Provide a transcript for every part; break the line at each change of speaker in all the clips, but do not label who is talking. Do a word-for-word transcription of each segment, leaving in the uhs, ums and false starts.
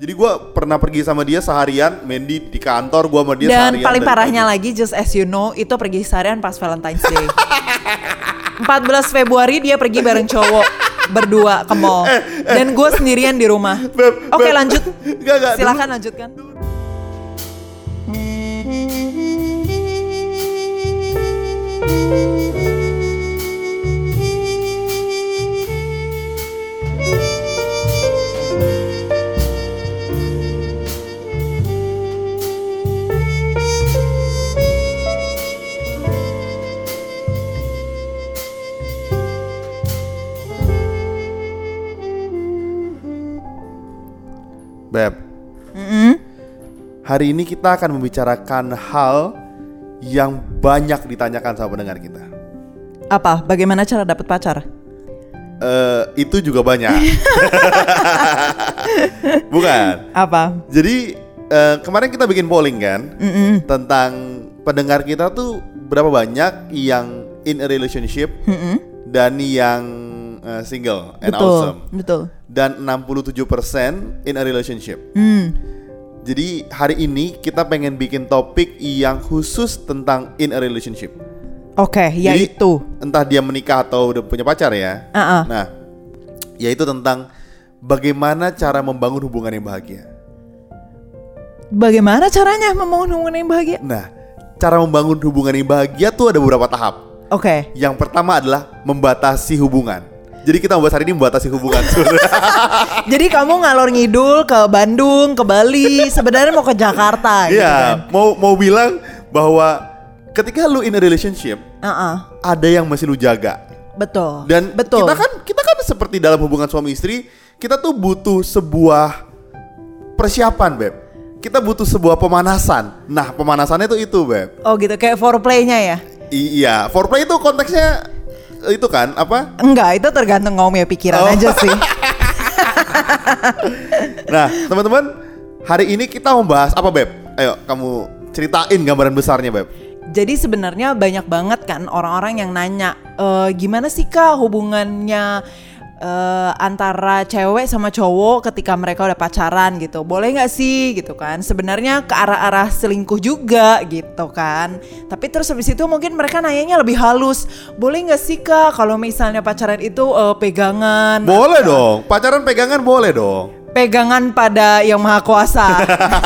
Jadi gue pernah pergi sama dia seharian, Mandy di kantor, gue sama dia
Dan
seharian.
Dan paling parahnya lagi, just as you know, itu pergi seharian pas Valentine's Day. empat belas Februari dia pergi bareng cowok berdua ke mall. Eh, eh, Dan gue sendirian di rumah. Beb, Oke beb, lanjut,
gak, gak,
silakan
dulu.
lanjutkan.
Beb,
mm-hmm.
hari ini kita akan membicarakan hal yang banyak ditanyakan sama pendengar kita.
Apa? Bagaimana cara dapat pacar?
Uh, itu juga banyak. Bukan.
Apa?
Jadi uh, kemarin kita bikin polling kan, mm-hmm. tentang pendengar kita tuh berapa banyak yang in a relationship, mm-hmm. dan yang uh, single and
betul,
awesome.
Betul.
Dan enam puluh tujuh persen in a relationship.
Hmm.
Jadi hari ini kita pengen bikin topik yang khusus tentang in a relationship.
Oke, okay, yaitu
entah dia menikah atau udah punya pacar ya.
Uh-uh.
Nah, yaitu tentang bagaimana cara membangun hubungan yang bahagia.
Bagaimana caranya membangun hubungan yang bahagia?
Nah, cara membangun hubungan yang bahagia tuh ada beberapa tahap.
Oke. Okay.
Yang pertama adalah membatasi hubungan. Jadi kita membahas hari ini membatasi hubungan.
Jadi kamu ngalor ngidul ke Bandung, ke Bali, sebenarnya mau ke Jakarta gitu
kan? mau mau bilang bahwa ketika lu in a relationship, uh-uh. ada yang masih lu jaga.
Betul.
Dan
betul.
kita kan kita kan seperti dalam hubungan suami istri, kita tuh butuh sebuah persiapan, Beb. Kita butuh sebuah pemanasan. Nah, pemanasannya tuh itu, Beb.
Oh gitu, kayak foreplay-nya ya?
I- iya, foreplay itu konteksnya itu kan apa?
Enggak, itu tergantung kamu ya pikiran oh. aja sih.
Nah, teman-teman, hari ini kita membahas apa, Beb? Ayo, kamu ceritain gambaran besarnya, Beb.
Jadi sebenarnya banyak banget kan orang-orang yang nanya, e, gimana sih Kak hubungannya Uh, antara cewek sama cowok ketika mereka udah pacaran gitu, boleh nggak sih gitu kan? Sebenarnya ke arah-arah selingkuh juga gitu kan. Tapi terus habis itu mungkin mereka nanyanya lebih halus, boleh nggak sih Kak kalau misalnya pacaran itu uh, pegangan?
Boleh atau... dong, pacaran pegangan boleh dong.
Pegangan pada yang maha kuasa.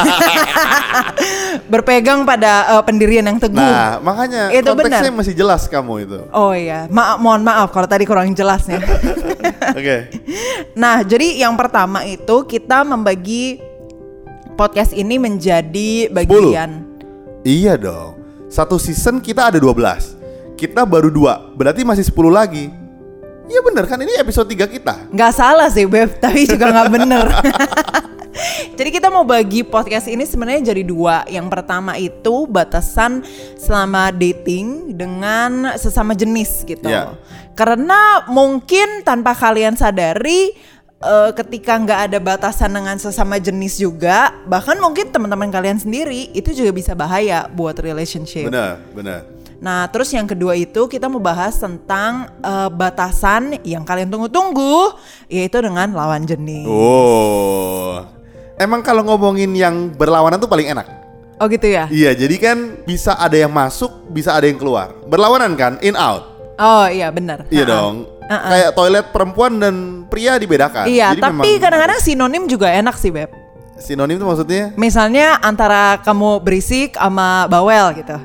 Berpegang pada uh, pendirian yang teguh.
Nah, makanya itu konteksnya benar. Masih jelas kamu itu.
Oh iya, maaf, mohon maaf kalau tadi kurang jelasnya.
Oke. Okay.
Nah, jadi yang pertama itu kita membagi podcast ini menjadi bagian.
sepuluh. Iya dong. Satu season kita ada dua belas. Kita baru dua, berarti masih sepuluh lagi. Iya bener kan, ini episode tiga kita.
Gak salah sih Beb, tapi juga gak bener. Jadi kita mau bagi podcast ini sebenarnya jadi dua. Yang pertama itu batasan selama dating dengan sesama jenis gitu. Yeah. Karena mungkin tanpa kalian sadari, uh, ketika gak ada batasan dengan sesama jenis juga, bahkan mungkin teman-teman kalian sendiri itu juga bisa bahaya buat relationship.
Benar, benar.
Nah, terus yang kedua itu kita mau bahas tentang uh, batasan yang kalian tunggu-tunggu, yaitu dengan lawan jenis.
Oh, emang kalau ngomongin yang berlawanan tuh paling enak.
Oh gitu ya?
Iya, jadi kan bisa ada yang masuk, bisa ada yang keluar. Berlawanan kan, in out.
Oh iya benar.
Iya uh-uh. dong. Uh-uh. Kayak toilet perempuan dan pria dibedakan.
Iya,
jadi
tapi memang... kadang-kadang sinonim juga enak sih Beb.
Sinonim tuh maksudnya? Misalnya
antara kamu berisik sama bawel gitu.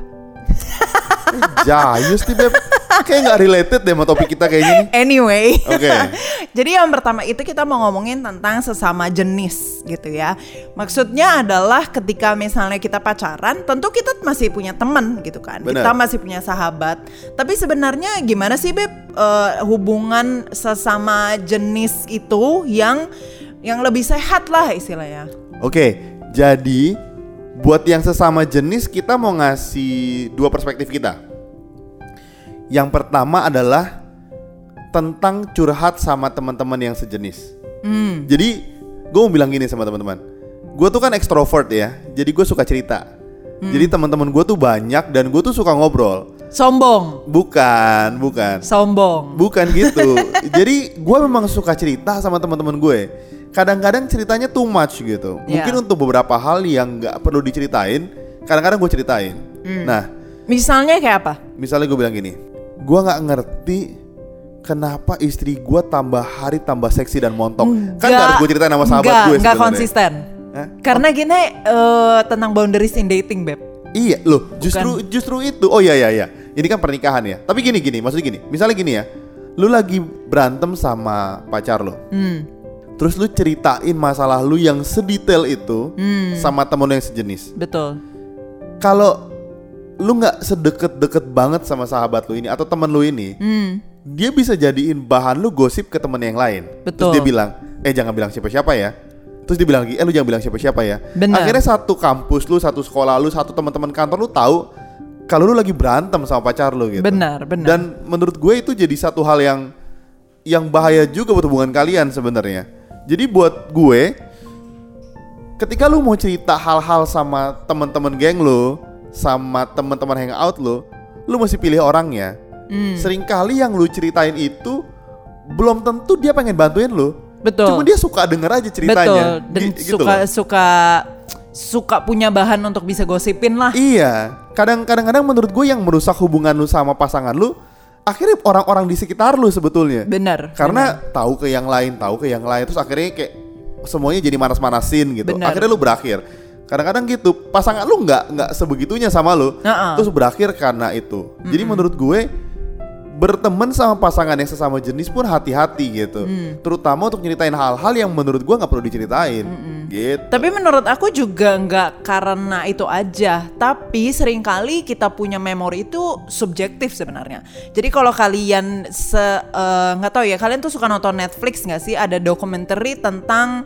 Jayus nih Beb, kayak gak related deh sama topik kita kayak gini.
Anyway,
Oke. Okay.
Jadi yang pertama itu kita mau ngomongin tentang sesama jenis gitu ya. Maksudnya adalah ketika misalnya kita pacaran, tentu kita masih punya teman gitu kan. Bener. Kita masih punya sahabat. Tapi sebenarnya gimana sih Beb uh, hubungan sesama jenis itu yang yang lebih sehat lah istilahnya.
Oke, okay, jadi buat yang sesama jenis kita mau ngasih dua perspektif kita. Yang pertama adalah tentang curhat sama teman-teman yang sejenis. Mm. Jadi gue mau bilang gini sama teman-teman, gue tuh kan ekstrovert ya, jadi gue suka cerita. Mm. Jadi teman-teman gue tuh banyak dan gue tuh suka ngobrol.
Sombong?
Bukan, bukan.
Sombong?
Bukan gitu. Jadi gue memang suka cerita sama teman-teman gue. kadang-kadang ceritanya too much gitu.
Yeah.
Mungkin untuk beberapa hal yang nggak perlu diceritain, kadang-kadang gue ceritain.
Hmm.
Nah,
misalnya kayak apa?
Misalnya gue bilang gini, gue nggak ngerti kenapa istri gue tambah hari tambah seksi dan montok. Enggak, kan gak harus gue ceritain sama sahabat
enggak,
gue
sebenarnya. Enggak konsisten. Hah? Karena gini uh, tentang boundaries in dating, Beb.
Iya loh, justru Bukan. justru itu. Oh iya iya iya. Ini kan pernikahan ya. Tapi gini gini, maksudnya gini. Misalnya gini ya, lu lagi berantem sama pacar lo. Hmm. Terus lu ceritain masalah lu yang sedetail itu hmm. sama temen lu yang sejenis.
Betul.
Kalau lu nggak sedekat-dekat banget sama sahabat lu ini atau temen lu ini, hmm. dia bisa jadiin bahan lu gosip ke temen yang lain.
Betul.
Terus dia bilang, eh jangan bilang siapa-siapa ya. Terus dia bilang lagi, eh lu jangan bilang siapa-siapa ya.
Bener.
Akhirnya satu kampus lu, satu sekolah lu, satu teman-teman kantor lu tahu kalau lu lagi berantem sama pacar lu gitu.
Benar, benar.
Dan menurut gue itu jadi satu hal yang yang bahaya juga buat hubungan kalian sebenarnya. Jadi buat gue, ketika lu mau cerita hal-hal sama teman-teman geng lu, sama teman-teman hangout lu, lu mesti pilih orangnya. Hmm. Seringkali yang lu ceritain itu belum tentu dia pengen bantuin lu.
Betul.
Cuma dia suka denger aja ceritanya.
Betul. Dan
G- gitu
suka
loh.
suka suka punya bahan untuk bisa gosipin lah.
Iya. Kadang-kadang menurut gue yang merusak hubungan lu sama pasangan lu, akhirnya orang-orang di sekitar lu sebetulnya.
Benar.
Karena
benar.
tahu ke yang lain, tahu ke yang lain, terus akhirnya kayak semuanya jadi manas-manasin gitu. Benar. Akhirnya lu berakhir. Kadang-kadang gitu, pasangan lu nggak nggak sebegitunya sama lu, uh-uh. terus berakhir karena itu. Mm-mm. Jadi menurut gue berteman sama pasangan yang sesama jenis pun hati-hati gitu, mm. terutama untuk nyeritain hal-hal yang menurut gue nggak perlu diceritain. Mm-mm. Gitu.
Tapi menurut aku juga nggak karena itu aja, tapi seringkali kita punya memori itu subjektif sebenarnya. Jadi kalau kalian nggak uh, tahu ya, kalian tuh suka nonton Netflix nggak sih? Ada dokumenter tentang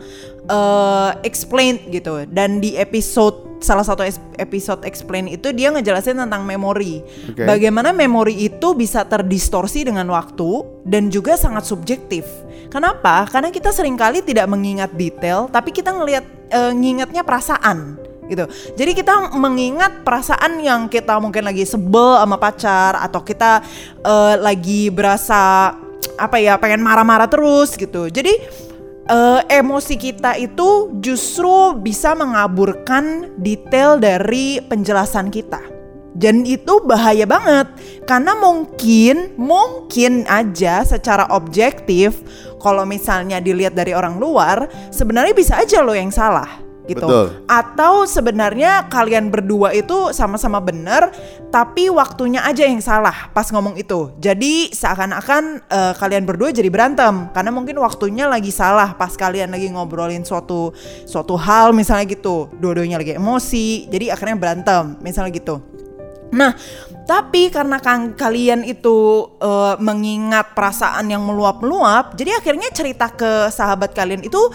uh, Explained gitu, dan di episode salah satu episode Explain itu dia ngejelasin tentang memori. Okay. Bagaimana memori itu bisa terdistorsi dengan waktu dan juga sangat subjektif. Kenapa? Karena kita seringkali tidak mengingat detail, tapi kita ngelihat e, ngingatnya perasaan gitu. Jadi kita mengingat perasaan yang kita mungkin lagi sebel sama pacar, atau kita e, lagi berasa apa ya, pengen marah-marah terus gitu. Jadi Uh, emosi kita itu justru bisa mengaburkan detail dari penjelasan kita. Dan itu bahaya banget, karena mungkin mungkin aja secara objektif, kalau misalnya dilihat dari orang luar, sebenarnya bisa aja lo yang salah gitu.
Betul.
Atau sebenarnya kalian berdua itu sama-sama benar, tapi waktunya aja yang salah pas ngomong itu. Jadi seakan-akan uh, kalian berdua jadi berantem karena mungkin waktunya lagi salah pas kalian lagi ngobrolin suatu suatu hal misalnya gitu. Dua-duanya lagi emosi, jadi akhirnya berantem misalnya gitu. Nah, tapi karena kan kalian itu uh, mengingat perasaan yang meluap-meluap, jadi akhirnya cerita ke sahabat kalian itu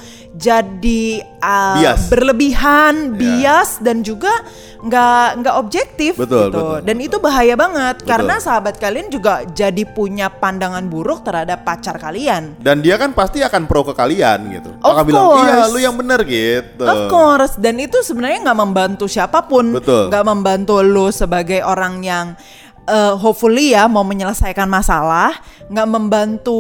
jadi uh,
bias.
berlebihan, bias, yeah. dan juga nggak nggak objektif.
Betul,
gitu.
betul.
Dan itu bahaya banget,
betul.
Karena sahabat kalian juga jadi punya pandangan buruk terhadap pacar kalian.
Dan dia kan pasti akan pro ke kalian gitu.
Of
akan bilang, iya lu yang benar gitu.
Of course. Dan itu sebenarnya nggak membantu siapapun.
Betul.
Nggak membantu lu sebagai orang yang uh, hopefully ya mau menyelesaikan masalah, nggak membantu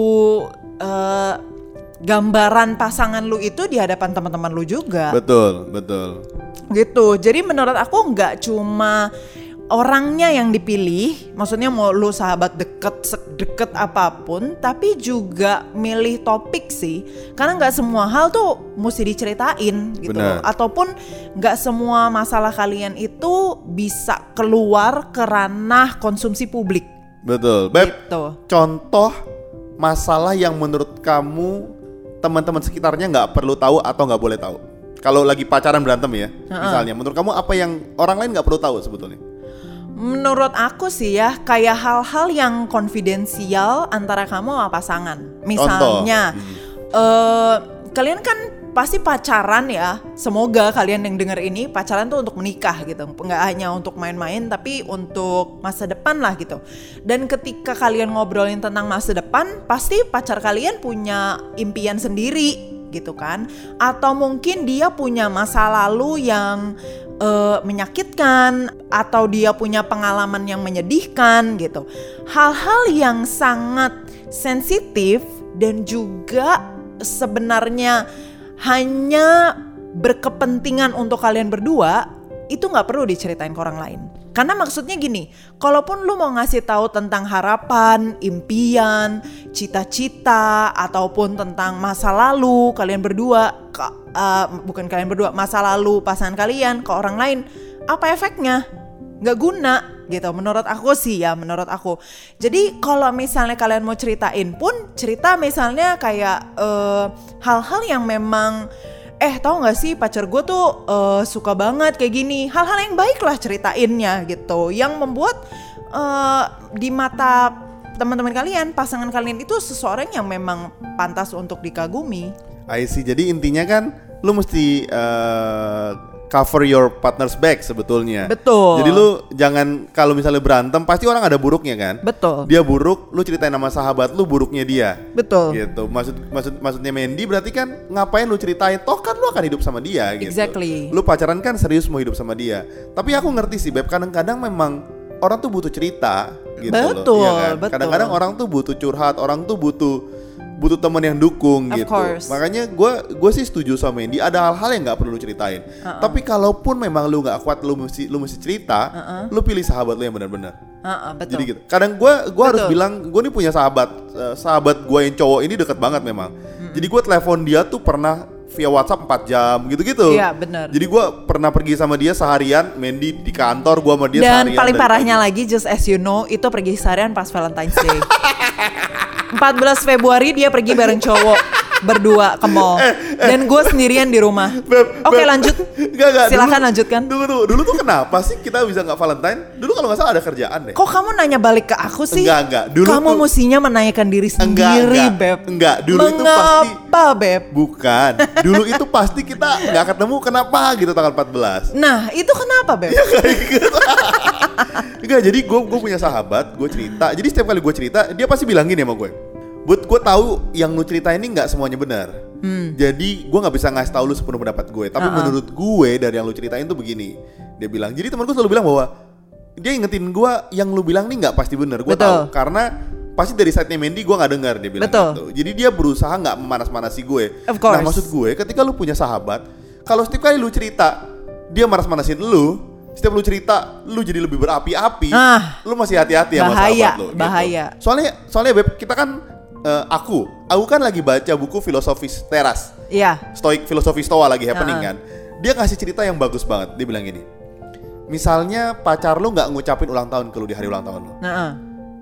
uh, gambaran pasangan lu itu di hadapan teman-teman lu juga.
Betul, betul.
Gitu. Jadi menurut aku nggak cuma orangnya yang dipilih, maksudnya mau lu sahabat deket, sedekat apapun, tapi juga milih topik sih, karena nggak semua hal tuh mesti diceritain gitu.
Benar.
Ataupun nggak semua masalah kalian itu bisa keluar ke ranah konsumsi publik.
Betul, Beb.
Gitu.
Contoh masalah yang menurut kamu teman-teman sekitarnya nggak perlu tahu atau nggak boleh tahu. Kalau lagi pacaran berantem ya, uh-uh. misalnya, menurut kamu apa yang orang lain nggak perlu tahu sebetulnya?
Menurut aku sih ya, kayak hal-hal yang konfidensial antara kamu sama pasangan. Misalnya, hmm. uh, kalian kan pasti pacaran ya. Semoga kalian yang dengar ini pacaran tuh untuk menikah gitu. Nggak hanya untuk main-main, tapi untuk masa depan lah gitu. Dan ketika kalian ngobrolin tentang masa depan, pasti pacar kalian punya impian sendiri gitu kan. Atau mungkin dia punya masa lalu yang Uh, menyakitkan, atau dia punya pengalaman yang menyedihkan gitu. Hal-hal yang sangat sensitif dan juga sebenarnya hanya berkepentingan untuk kalian berdua, itu nggak perlu diceritain ke orang lain. Karena maksudnya gini, kalaupun lu mau ngasih tahu tentang harapan, impian, cita-cita, ataupun tentang masa lalu kalian berdua, ke, uh, bukan kalian berdua, masa lalu pasangan kalian ke orang lain, apa efeknya? Nggak guna gitu, menurut aku sih ya, menurut aku. Jadi kalau misalnya kalian mau ceritain pun, cerita misalnya kayak uh, hal-hal yang memang Eh tahu gak sih pacar gue tuh uh, suka banget kayak gini. Hal-hal yang baik lah ceritainnya gitu, yang membuat uh, di mata teman-teman kalian, pasangan kalian itu seseorang yang memang pantas untuk dikagumi.
I see. Jadi intinya kan lu mesti uh, cover your partner's back sebetulnya.
Betul.
Jadi lu jangan, kalau misalnya berantem pasti orang ada buruknya kan.
Betul.
Dia buruk, lu ceritain sama sahabat lu buruknya dia.
Betul.
Gitu. Maksud maksud maksudnya Mandy berarti kan ngapain lu ceritain? Toh kan lu akan hidup sama dia gitu.
Exactly.
Lu pacaran kan serius mau hidup sama dia. Tapi aku ngerti sih Beb, kadang-kadang memang orang tuh butuh cerita gitu.
Betul,
loh. Iya kan?
betul.
Kadang-kadang orang tuh butuh curhat, orang tuh butuh butuh teman yang dukung
of
gitu.
Course.
Makanya gue gue sih setuju sama Mandy. Ada hal-hal yang nggak perlu lu ceritain. Uh-uh. Tapi kalaupun memang lu nggak kuat, lu mesti lu mesti cerita. Uh-uh. Lu pilih sahabat lu yang benar-benar.
Uh-uh, betul.
Jadi gitu. Kadang gue gue harus bilang, gue nih punya sahabat. Uh, sahabat gue yang cowok ini deket banget memang. Mm-hmm. Jadi gue telepon dia tuh pernah via WhatsApp empat jam gitu-gitu.
Iya benar.
Jadi gue pernah pergi sama dia seharian, Mandy di kantor, gue sama dia
dan
seharian.
Dan paling parahnya lagi, just as you know, itu pergi seharian pas Valentine's Day. empat belas Februari dia pergi bareng cowok berdua ke mall. Eh, eh, dan gue sendirian di rumah. Beb, Oke beb, lanjut.
Gak, gak,
Silakan
dulu,
lanjutkan.
Dulu tuh, dulu tuh kenapa sih kita bisa nggak Valentine? Dulu kalau nggak salah ada kerjaan deh.
Kok kamu nanya balik ke aku sih?
Enggak, enggak. Dulu
kamu
tuh,
mestinya menanyakan diri sendiri,
enggak, enggak,
Beb.
Enggak, dulu
Mengapa,
itu pasti.
Mengapa, Beb?
Bukan. Dulu itu pasti kita nggak ketemu, kenapa gitu tanggal empat belas.
Nah, itu kenapa, Beb?
Ya kayak gitu. Enggak, jadi gue gue punya sahabat, gue cerita. Jadi setiap kali gue cerita, dia pasti bilang gini sama gue. Buat gue tahu yang lu cerita ini nggak semuanya benar. Hmm. Jadi gue nggak bisa ngasih tahu lu sepenuh pendapat gue. Tapi uh-uh. menurut gue dari yang lu ceritain tuh begini. Dia bilang. Jadi teman gue selalu bilang bahwa dia ingetin gue yang lu bilang nih nggak pasti benar. Gue tahu karena pasti dari side-nya Mandy gue nggak dengar dia bilang
Betul.
gitu. Jadi dia berusaha nggak memanas-manasi gue.
Of course.
Nah maksud gue ketika lu punya sahabat, kalau setiap kali lu cerita dia manas-manasin lu, setiap lu cerita lu jadi lebih berapi-api, ah, lu masih hati-hati sama sahabat lu.
Bahaya.
Gitu. Soalnya soalnya Beb, kita kan Uh, aku, aku kan lagi baca buku filosofis teras.
Iya.
Stoik, filosofi stoa lagi happening uh-uh. kan. Dia kasih cerita yang bagus banget. Dia bilang gini. Misalnya pacar lu nggak ngucapin ulang tahun ke lu di hari ulang tahun lu. Uh-uh.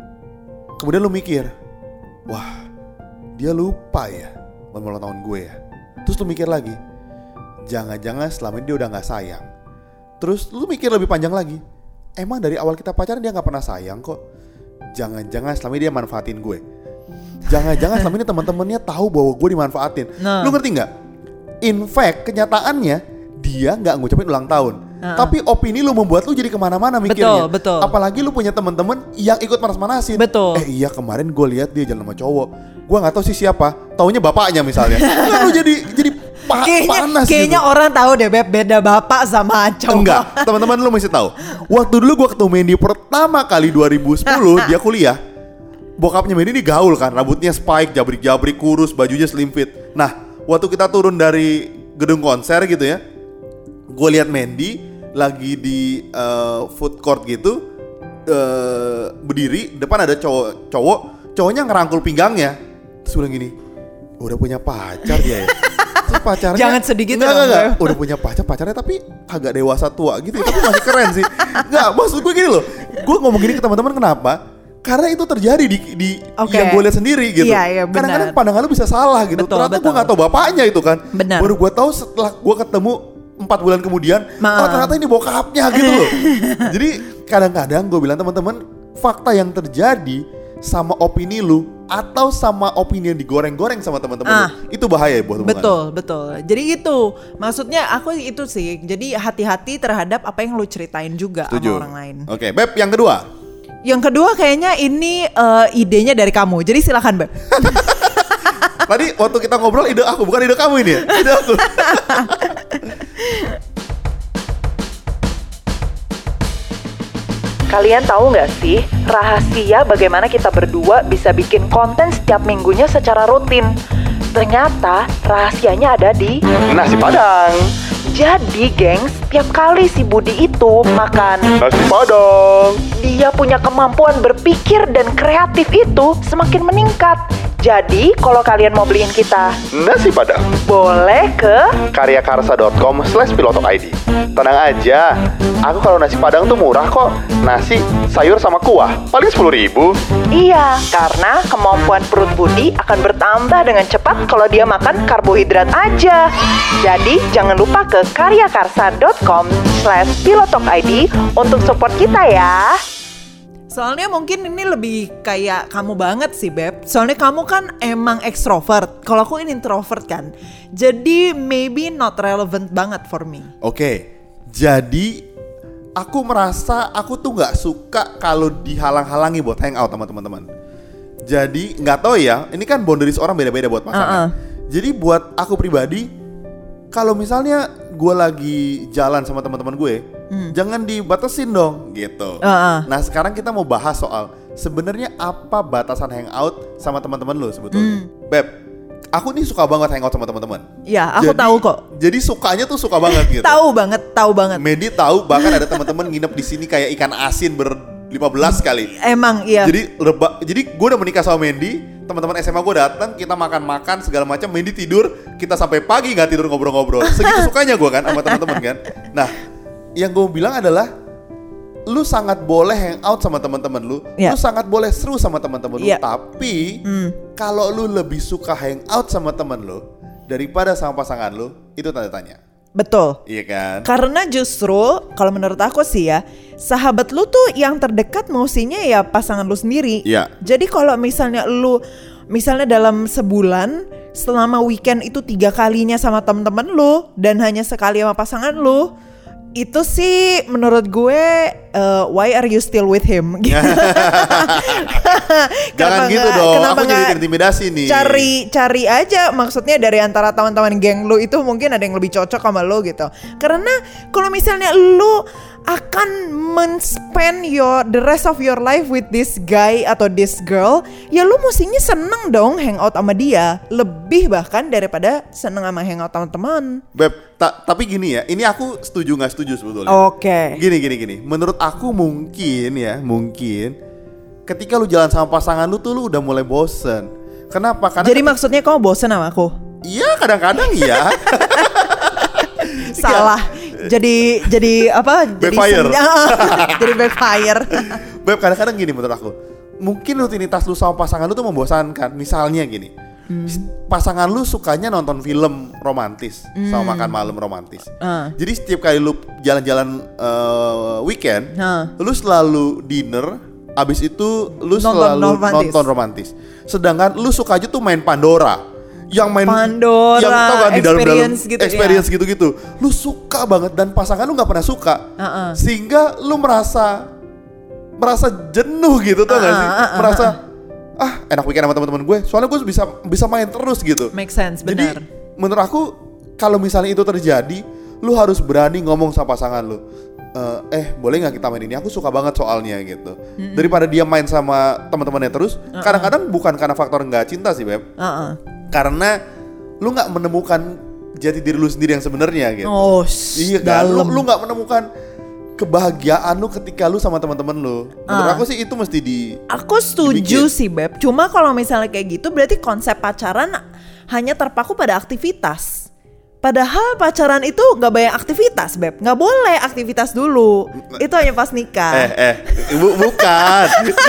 Kemudian lu mikir, wah, dia lupa ya ulang tahun gue ya. Terus lu mikir lagi, jangan-jangan selama ini dia udah nggak sayang. Terus lu mikir lebih panjang lagi, emang dari awal kita pacaran dia nggak pernah sayang kok. Jangan-jangan selama ini dia manfaatin gue. Jangan-jangan selama ini teman-temannya tahu bahwa gue dimanfaatin. Nah. Lu ngerti nggak? In fact, kenyataannya dia nggak ngucapin ulang tahun. Uh-uh. Tapi opini lu membuat lu jadi kemana-mana mikirnya.
Betul, betul.
Apalagi lu punya teman-teman yang ikut manas-manasin.
Betul.
Eh iya kemarin gue lihat dia jalan sama cowok. Gue nggak tahu sih siapa. Taunya bapaknya misalnya. Nah, lu jadi jadi pa-
kayaknya,
panas.
Kayaknya gitu. Orang tahu deh Beb, beda bapak sama cowok.
Enggak, teman-teman lu mesti tahu. Waktu dulu gue ketemu Mandy pertama kali dua ribu sepuluh dia kuliah. Bokapnya Mandy ini gaul kan, rambutnya spike, jabrik-jabrik, kurus, bajunya slim fit. Nah, waktu kita turun dari gedung konser gitu ya, gue lihat Mandy lagi di uh, food court gitu, uh, berdiri, depan ada cowok, cowok, cowoknya ngerangkul pinggangnya, terus bilang gini, udah punya pacar dia ya. Terus pacarnya,
jangan sedih gitu.
Enggak, enggak, udah punya pacar, pacarnya tapi agak dewasa tua gitu, tapi masih keren sih. Enggak, maksud gue gini loh, gue ngomong gini ke teman-teman kenapa? Karena itu terjadi di, di okay. yang gue lihat sendiri gitu.
Iya, iya,
kadang-kadang pandangan lu bisa salah gitu.
Betul,
ternyata gue
betul.
gak tahu bapaknya itu kan.
Benar.
Baru gue tahu setelah gue ketemu empat bulan kemudian, Ma- oh ternyata ini bokapnya gitu loh. Jadi kadang-kadang gue bilang teman-teman, fakta yang terjadi sama opini lu atau sama opini yang digoreng-goreng sama teman-teman ah, lu, itu bahaya buat hubungan.
Betul, betul. Jadi itu maksudnya aku itu sih. Jadi hati-hati terhadap apa yang lu ceritain juga
Setuju.
sama orang lain.
Oke, okay, Beb, yang kedua.
Yang kedua kayaknya ini uh, idenya dari kamu. Jadi silakan, Beb.
Tadi waktu kita ngobrol ide aku, bukan ide kamu ini ya? Ide aku.
Kalian tahu nggak sih rahasia bagaimana kita berdua bisa bikin konten setiap minggunya secara rutin?
Ternyata rahasianya ada di
nasi Padang.
Jadi gengs, tiap kali si Budi itu makan
Nasi Padang,
dia punya kemampuan berpikir dan kreatif itu semakin meningkat. Jadi kalau kalian mau beliin kita
nasi Padang,
boleh ke
karyakarsa dot com slash pilotok I D. Tenang aja, aku kalau nasi Padang tuh murah kok. Nasi, sayur sama kuah, paling sepuluh ribu.
Iya, karena kemampuan perut Budi akan bertambah dengan cepat kalau dia makan karbohidrat aja. Jadi jangan lupa ke karyakarsa dot com slash pilotok I D untuk support kita ya. Soalnya mungkin ini lebih kayak kamu banget sih Beb. Soalnya kamu kan emang ekstrovert. Kalau aku ini introvert kan. Jadi maybe not relevant banget for me.
Oke, jadi aku merasa aku tuh gak suka kalau dihalang-halangi buat hangout sama teman-teman. Jadi gak tahu ya, ini kan boundaries orang beda-beda buat pasangan. Uh-uh. Jadi buat aku pribadi, kalau misalnya gue lagi jalan sama teman-teman gue, hmm. jangan dibatasin dong gitu. Uh-uh. Nah sekarang kita mau bahas soal sebenarnya apa batasan hangout sama teman-teman lo sebetulnya. Hmm. Beb, aku nih suka banget hangout sama teman-teman.
Ya, aku jadi, tahu kok.
Jadi sukanya tuh suka banget gitu.
Tahu banget, tahu banget.
Medi tahu, bahkan ada teman-teman nginep di sini kayak ikan asin ber lima belas kali.
Emang iya.
Jadi reba, jadi gue udah menikah sama Mendy. Teman-teman S M A gue datang, kita makan-makan segala macam, Mendy tidur, kita sampai pagi nggak tidur ngobrol-ngobrol. Segitu sukanya gue kan sama teman-teman kan. Nah, yang gue bilang adalah, lu sangat boleh hangout sama teman-teman lu, yeah. lu sangat boleh seru sama teman-teman yeah. lu. Tapi mm. kalau lu lebih suka hangout sama teman lu daripada sama pasangan lu, itu tanda tanya.
Betul.
Iya kan?
Karena justru kalau menurut aku sih ya, sahabat lu tuh yang terdekat mausinya ya pasangan lu sendiri.
Iya.
Jadi kalau misalnya lu misalnya dalam sebulan selama weekend itu tiga kalinya sama temen-temen lu dan hanya sekali sama pasangan lu, itu sih menurut gue uh, why are you still with him?
Jangan gitu gak, dong, aku jadi terintimidasi nih.
Cari cari aja, maksudnya dari antara teman-teman geng lu itu mungkin ada yang lebih cocok sama lu gitu. Karena kalau misalnya lu akan men-spend your the rest of your life with this guy atau this girl, ya lu mestinya seneng dong hangout sama dia, lebih bahkan daripada seneng sama hangout sama teman.
Beb, ta- tapi gini ya, ini aku setuju nggak setuju sebetulnya.
Oke. Okay.
Gini gini gini, menurut aku mungkin ya, mungkin ketika lu jalan sama pasangan lu tuh lu udah mulai bosen. Kenapa? Karena
jadi
ketika...
maksudnya kamu bosen sama aku?
Iya, kadang-kadang iya.
Salah. Jadi jadi apa?
Backfire.
Jadi, jadi backfire.
Beb, kadang-kadang gini menurut aku. Mungkin rutinitas lu sama pasangan lu tuh membosankan. Misalnya gini. Hmm. Pasangan lu sukanya nonton film romantis hmm. sama makan malam romantis. Uh. Jadi setiap kali lu jalan-jalan uh, weekend, uh. lu selalu dinner, abis itu lu nonton selalu romantis. nonton romantis. Sedangkan lu suka aja tuh main Pandora. Yang main
Pandora,
yang tau kan di dalam-dalam
gitu
experience
ya.
gitu-gitu, lu suka banget dan pasangan lu nggak pernah suka, uh-uh. sehingga lu merasa merasa jenuh gitu, tau nggak uh-uh, sih? Uh-uh. Merasa ah enak weekend sama teman-teman gue, soalnya gue bisa bisa main terus gitu.
Make sense, benar.
Jadi menurut aku kalau misalnya itu terjadi, lu harus berani ngomong sama pasangan lu. Uh, eh boleh nggak kita main ini? Aku suka banget soalnya gitu. Mm-mm. Daripada dia main sama teman-temannya terus, uh-uh. kadang-kadang bukan karena faktor nggak cinta sih, Beb. Uh-uh. Karena lu nggak menemukan jati diri lu sendiri yang sebenarnya gitu. Oh, iya kan? Lu lu nggak menemukan kebahagiaan lu ketika lu sama teman-teman lu. Menurut uh. aku sih itu mesti di.
Aku setuju dibikin. Sih Beb. Cuma kalau misalnya kayak gitu berarti konsep pacaran hanya terpaku pada aktivitas. Padahal pacaran itu nggak banyak aktivitas, Beb. Nggak boleh aktivitas dulu. Itu hanya pas nikah.
Eh eh, bu, bukan.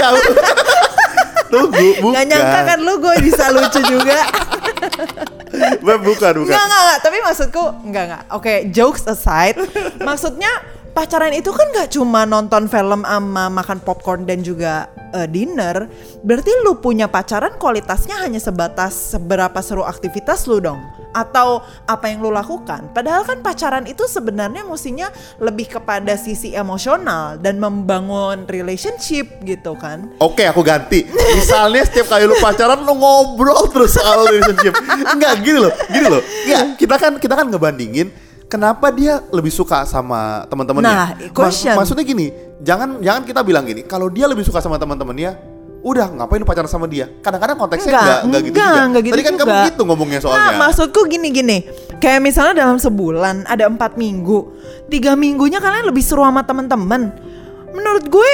Tunggu, bukan.
Gak nyangka kan lu gue bisa lucu juga.
bukan, bukan.
Enggak, enggak, enggak. Tapi maksudku, enggak, enggak. Oke, okay, jokes aside. Maksudnya pacaran itu kan gak cuma nonton film sama makan popcorn dan juga uh, dinner. Berarti lu punya pacaran kualitasnya hanya sebatas seberapa seru aktivitas lu dong. Atau apa yang lu lakukan. Padahal kan pacaran itu sebenarnya mestinya lebih kepada sisi emosional dan membangun relationship gitu kan.
Oke, aku ganti. Misalnya setiap kali lu pacaran lu ngobrol terus soal relationship. Enggak, gini loh, gini loh. Enggak, kita kan kita kan ngebandingin kenapa dia lebih suka sama teman-temannya.
Nah, question.
Mas, maksudnya gini, jangan jangan kita bilang gini, kalau dia lebih suka sama teman-temannya, udah ngapain lu pacaran sama dia? Kadang-kadang konteksnya
Enggak,
enggak, enggak gitu
enggak,
juga.
enggak gitu
Tadi kan
juga.
kamu gitu ngomongnya soalnya.
Nah, maksudku gini-gini. Kayak misalnya dalam sebulan ada empat minggu, tiga minggunya kalian lebih seru sama teman-teman. Menurut gue,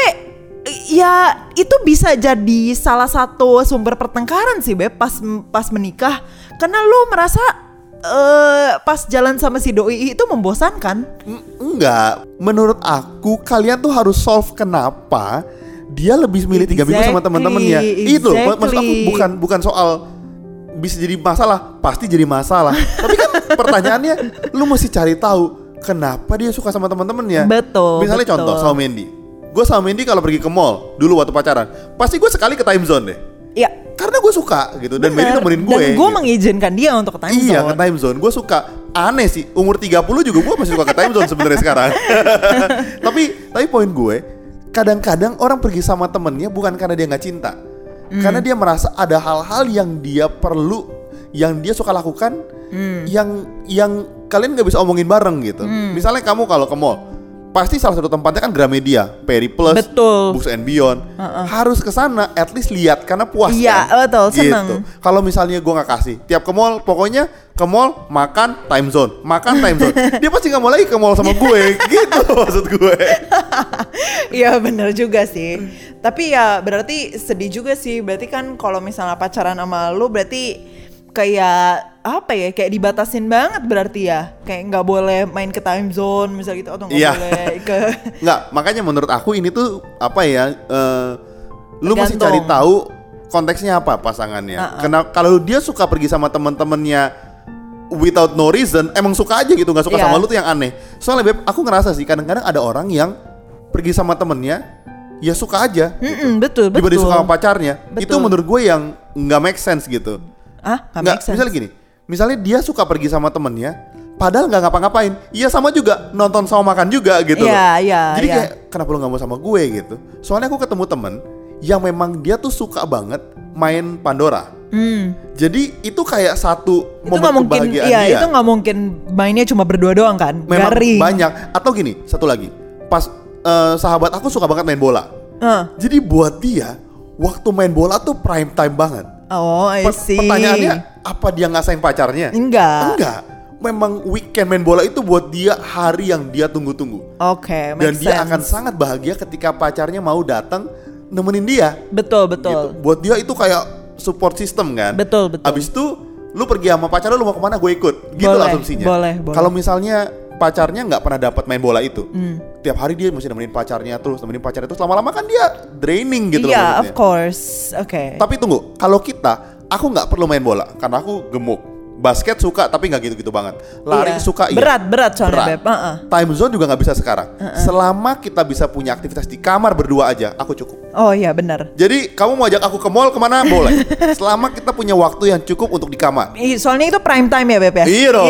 ya itu bisa jadi salah satu sumber pertengkaran sih, Beb, pas pas menikah. Karena lu merasa uh, pas jalan sama si doi itu membosankan.
Enggak, menurut aku kalian tuh harus solve kenapa dia lebih milih tiga minggu sama teman-temannya. Itu
exactly.
Maksud aku bukan bukan soal bisa jadi masalah, pasti jadi masalah. Tapi kan pertanyaannya, lu mesti cari tahu kenapa dia suka sama teman-temannya.
Betul.
Misalnya
betul.
contoh sama Mandy, gue sama Mandy kalau pergi ke mall dulu waktu pacaran, pasti gue sekali ke time zone deh.
Iya.
Karena gue suka gitu dan
Bener.
Mandy nemenin gue.
Dan gue
gitu.
mengizinkan dia untuk ke time zone.
Iya, ke time zone. Gue suka. Aneh sih, umur tiga puluh juga gue masih suka ke time zone sebenarnya sekarang. tapi tapi poin gue, kadang-kadang orang pergi sama temennya bukan karena dia nggak cinta, hmm. karena dia merasa ada hal-hal yang dia perlu, yang dia suka lakukan, hmm. yang yang kalian nggak bisa omongin bareng gitu. Hmm. Misalnya kamu kalau ke mall, pasti salah satu tempatnya kan Gramedia, Periplus,
betul.
Books and Beyond. Uh-uh. Harus ke sana, at least lihat karena puas.
Iya,
kan?
betul,
gitu.
seneng.
Kalau misalnya gue nggak kasih, tiap ke mall, pokoknya ke mall makan time zone, makan time zone. Dia pasti nggak mau lagi ke mall sama gue, gitu maksud gue.
Iya benar juga sih. Tapi ya berarti sedih juga sih. Berarti kan kalau misalnya pacaran sama lu berarti kayak apa ya, kayak dibatasin banget berarti ya, kayak nggak boleh main ke time zone misal gitu, atau nggak
Iya.
boleh ke
Nggak, makanya menurut aku ini tuh apa ya, uh, lu mesti
Tergantung.
cari tahu konteksnya apa pasangannya.
Uh-uh.
Karena kalau dia suka pergi sama teman-temannya without no reason, emang suka aja gitu, nggak suka
Yeah.
sama lu tuh yang aneh. Soalnya Beb, aku ngerasa sih kadang-kadang ada orang yang pergi sama temennya ya suka aja gitu.
betul betul
Dibanding suka sama pacarnya.
Betul.
Itu menurut gue yang nggak make sense gitu.
ah nggak
Nggak,
make sense.
misalnya gini, misalnya dia suka pergi sama temennya, padahal nggak ngapa-ngapain. Iya sama juga, nonton sama makan juga gitu.
Iya,
loh.
iya,
Jadi
iya.
kayak kenapa lu nggak mau sama gue gitu? Soalnya aku ketemu temen yang memang dia tuh suka banget main Pandora.
Hmm.
Jadi itu kayak satu
Itu nggak
momen
mungkin,
kebahagiaan
iya
dia.
itu nggak mungkin mainnya cuma berdua doang kan,
Memang
garing.
banyak. Atau gini, satu lagi, pas uh, sahabat aku suka banget main bola.
Uh.
Jadi buat dia waktu main bola tuh prime time banget.
Oh, I
Per-
see.
Pertanyaannya, apa dia nggak sayang pacarnya?
Enggak.
Enggak. Memang weekend main bola itu buat dia hari yang dia tunggu-tunggu.
Oke,
Dan
make
dia
sense.
akan sangat bahagia ketika pacarnya mau datang nemenin dia.
Betul betul.
Gitu. Buat dia itu kayak support system kan.
Betul, betul.
Abis itu lu pergi sama pacar lu, lu mau kemana gue ikut. Gitu
Boleh,
asumsinya.
boleh, boleh.
Kalau misalnya pacarnya nggak pernah dapat main bola itu,
Hmm.
tiap hari dia mesti nemenin pacarnya terus, nemenin pacarnya terus, lama-lama kan dia draining gitu loh
Iya,
maksudnya.
of course. Oke.
Tapi tunggu, kalau kita, aku nggak perlu main bola karena aku gemuk. Basket suka tapi nggak gitu-gitu banget. Lari
Iya.
suka iya.
Berat, berat soalnya,
Berat.
Beb. Uh-uh.
Time zone juga nggak bisa sekarang. Selama kita bisa punya aktivitas di kamar berdua aja, aku cukup.
Oh iya benar.
Jadi kamu mau ajak aku ke mall kemana boleh. Selama kita punya waktu yang cukup untuk di kamar.
Ih, soalnya itu prime time ya, Beb ya.
Iya dong.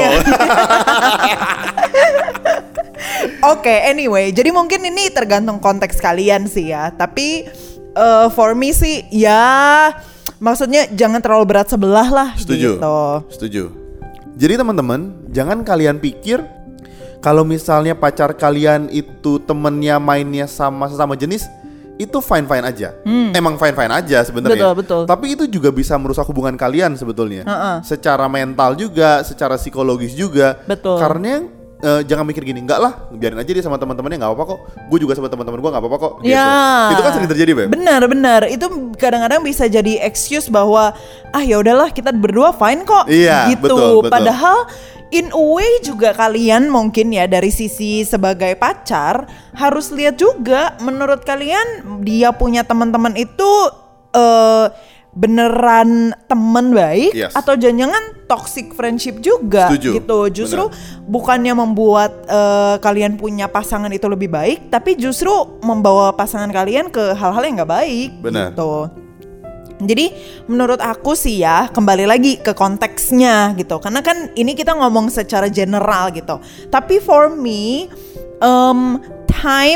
Oke, anyway, jadi mungkin ini tergantung konteks kalian sih ya. Tapi uh, for me sih ya, maksudnya jangan terlalu berat sebelah lah.
Setuju.
Gitu.
Setuju. Jadi teman-teman, jangan kalian pikir kalau misalnya pacar kalian itu temennya mainnya sama sesama jenis, itu fine-fine aja.
Hmm.
Emang fine-fine aja sebenarnya.
Betul, betul.
Tapi itu juga bisa merusak hubungan kalian sebetulnya.
Uh-uh.
Secara mental juga, secara psikologis juga.
Betul.
Karena eh, jangan mikir gini, enggak lah, biarin aja dia sama teman-temannya, nggak apa-apa kok. Gue juga sama teman-teman gue nggak apa-apa kok. Gitu.
Ya.
Itu kan sering terjadi, Beb.
Benar, benar. Itu kadang-kadang bisa jadi excuse bahwa ah ya udahlah kita berdua fine kok.
Iya,
gitu.
betul, betul.
Padahal in a way juga kalian mungkin ya dari sisi sebagai pacar harus lihat juga menurut kalian dia punya teman-teman itu eh, beneran teman baik
Yes.
atau jangan-jangan toxic friendship juga.
Setuju,
gitu. Justru bukannya membuat eh, kalian punya pasangan itu lebih baik, tapi justru membawa pasangan kalian ke hal-hal yang nggak baik.
Benar.
Gitu. Jadi menurut aku sih ya, kembali lagi ke konteksnya gitu. Karena kan ini kita ngomong secara general gitu. Tapi for me, um, time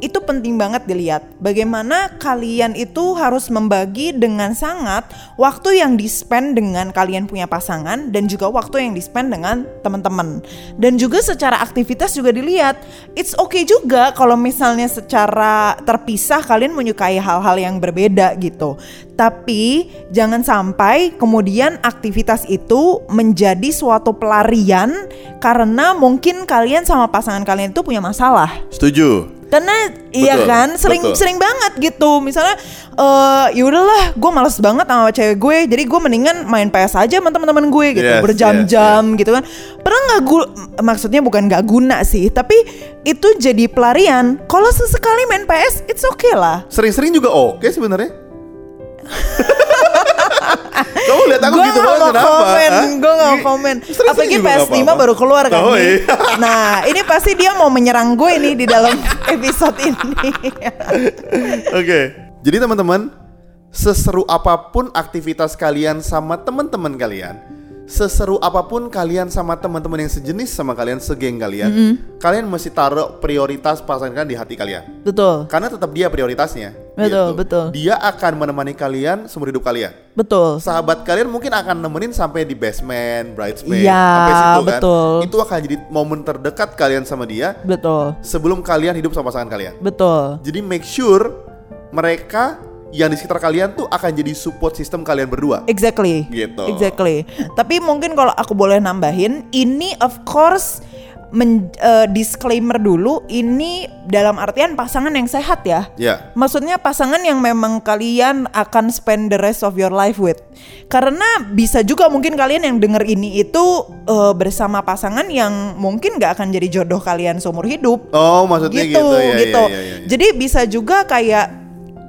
itu penting banget dilihat. Bagaimana kalian itu harus membagi dengan sangat waktu yang di-spend dengan kalian punya pasangan dan juga waktu yang di-spend dengan teman-teman. Dan juga secara aktivitas juga dilihat. It's okay juga kalau misalnya secara terpisah kalian menyukai hal-hal yang berbeda gitu. Tapi jangan sampai kemudian aktivitas itu menjadi suatu pelarian karena mungkin kalian sama pasangan kalian itu punya masalah.
Setuju.
Karena
Betul,
iya kan sering
betul.
sering banget gitu. Misalnya uh, ya udahlah gue males banget sama cewek gue, jadi gue mendingan main P S aja sama teman-teman gue gitu,
Yes,
berjam-jam
yes, yes.
gitu kan. Padahal nggak gu- maksudnya bukan nggak guna sih, tapi itu jadi pelarian. Kalau sesekali main P S, it's okay lah.
Sering-sering juga oke sebenarnya. Kamu lihat aku
Gue
gitu
gak
banget
mau
kenapa?
komen,
Hah?
gue gak mau komen.
Sering-sering
Apalagi
juga
P S
nggak
lima
apa-apa.
baru keluar kan
Oh,
nih.
iya.
Nah ini pasti dia mau menyerang gue nih di dalam episode ini.
Oke. Jadi teman-teman, seseru apapun aktivitas kalian sama teman-teman kalian, seseru apapun kalian sama teman-teman yang sejenis sama kalian, segeng kalian, mm-hmm. kalian mesti taruh prioritas pasangan kalian di hati kalian.
Betul.
Karena tetap dia prioritasnya.
Betul, betul.
Dia akan menemani kalian seumur hidup kalian.
Betul.
Sahabat kalian mungkin akan nemenin sampai di basement, bridesmaid,
Iya,
sampai situ kan.
betul.
Itu akan jadi momen terdekat kalian sama dia.
Betul.
Sebelum kalian hidup sama pasangan kalian.
Betul.
Jadi make sure mereka yang di sekitar kalian tuh akan jadi support system kalian berdua.
Exactly.
Gitu.
Exactly. Tapi mungkin kalau aku boleh nambahin, ini of course men, uh, disclaimer dulu, ini dalam artian pasangan yang sehat ya.
Ya.
Maksudnya pasangan yang memang kalian akan spend the rest of your life with. Karena bisa juga mungkin kalian yang denger ini itu uh, bersama pasangan yang mungkin gak akan jadi jodoh kalian seumur hidup.
Oh, maksudnya gitu,
gitu,
ya,
gitu.
ya, ya, ya, ya.
Jadi bisa juga kayak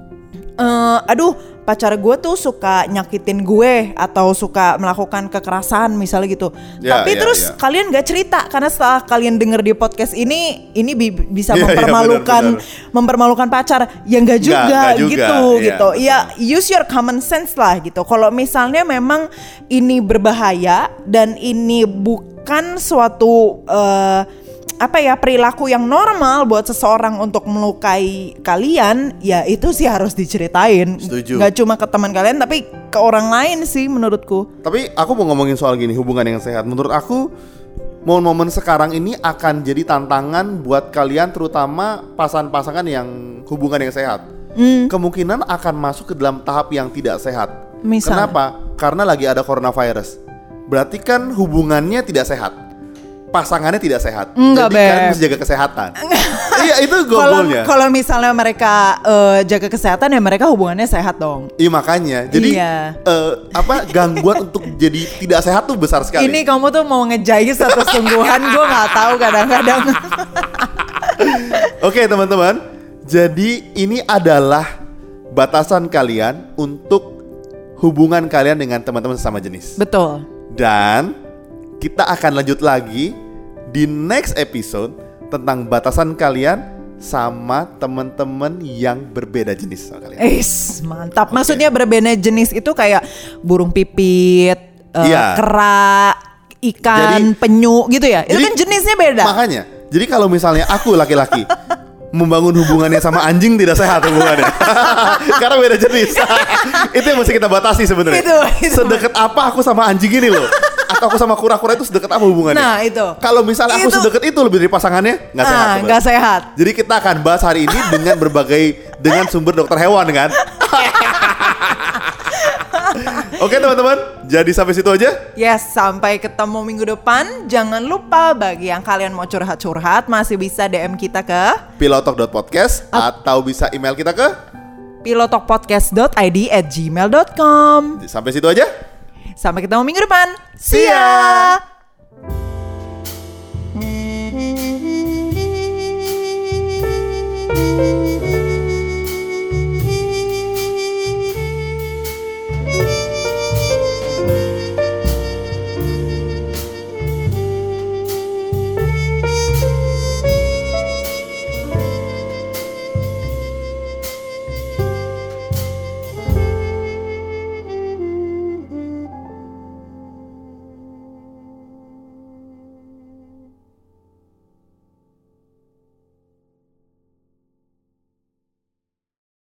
Uh, aduh pacar gue tuh suka nyakitin gue atau suka melakukan kekerasan misalnya gitu.
Ya,
Tapi
ya,
terus
ya.
kalian gak cerita karena setelah kalian denger di podcast ini, ini bi- bisa
Ya, ya,
mempermalukan,
benar-benar.
mempermalukan pacar. Ya gak juga,
Nggak, nggak juga,
gitu,
ya,
gitu. Ya use your common sense lah gitu. Kalau misalnya memang ini berbahaya dan ini bukan suatu uh, apa ya perilaku yang normal buat seseorang untuk melukai kalian, ya itu sih harus diceritain.
Setuju.
Gak cuma ke teman kalian tapi ke orang lain sih menurutku.
Tapi aku mau ngomongin soal gini, hubungan yang sehat. Menurut aku momen-momen sekarang ini akan jadi tantangan buat kalian, terutama pasangan-pasangan yang hubungan yang sehat.
Hmm.
Kemungkinan akan masuk ke dalam tahap yang tidak sehat.
Misal?
Kenapa? Karena lagi ada coronavirus. Berarti kan hubungannya tidak sehat, pasangannya tidak sehat.
Enggak,
Jadi kalian
Beb.
mesti jaga kesehatan. Iya, itu
Kalau
goalnya.
kalau misalnya mereka uh, jaga kesehatan ya mereka hubungannya sehat dong.
Iya, makanya. Jadi
Iya.
eh, apa gangguan untuk jadi tidak sehat tuh besar sekali.
Ini kamu tuh mau ngejayus satu sungguhan, gue nggak tahu kadang-kadang.
Oke teman-teman, jadi ini adalah batasan kalian untuk hubungan kalian dengan teman-teman sesama jenis.
Betul.
Dan kita akan lanjut lagi di next episode tentang batasan kalian sama teman-teman yang berbeda jenis sama kalian.
Is mantap. Maksudnya berbeda jenis itu kayak burung pipit, uh,
Iya.
kera, ikan,
Jadi-
penyu gitu ya. Itu
jadi-
kan jenisnya beda.
Makanya, jadi kalau misalnya aku laki-laki membangun hubungannya sama anjing tidak sehat hubungannya. Karena beda jenis. Itu yang mesti kita batasi sebenarnya.
Itu, itu.
Sedekat apa aku sama anjing ini loh? Atau aku sama kura-kura itu sedekat apa hubungannya?
Nah, itu.
Kalau misalnya aku
Itu-
sedekat itu lebih dari pasangannya, nggak sehat.
Ah,
sobat.
nggak sehat.
Jadi kita akan bahas hari ini dengan berbagai dengan sumber dokter hewan kan. Oke teman-teman, jadi sampai situ aja.
Yes, sampai ketemu minggu depan. Jangan lupa bagi yang kalian mau curhat-curhat masih bisa D M kita ke
pilotalk dot podcast atau bisa email kita ke.
pilotokpodcast dot i d at gmail dot com.
Sampai situ aja.
Sampai ketemu minggu depan. See
See ya.
ya.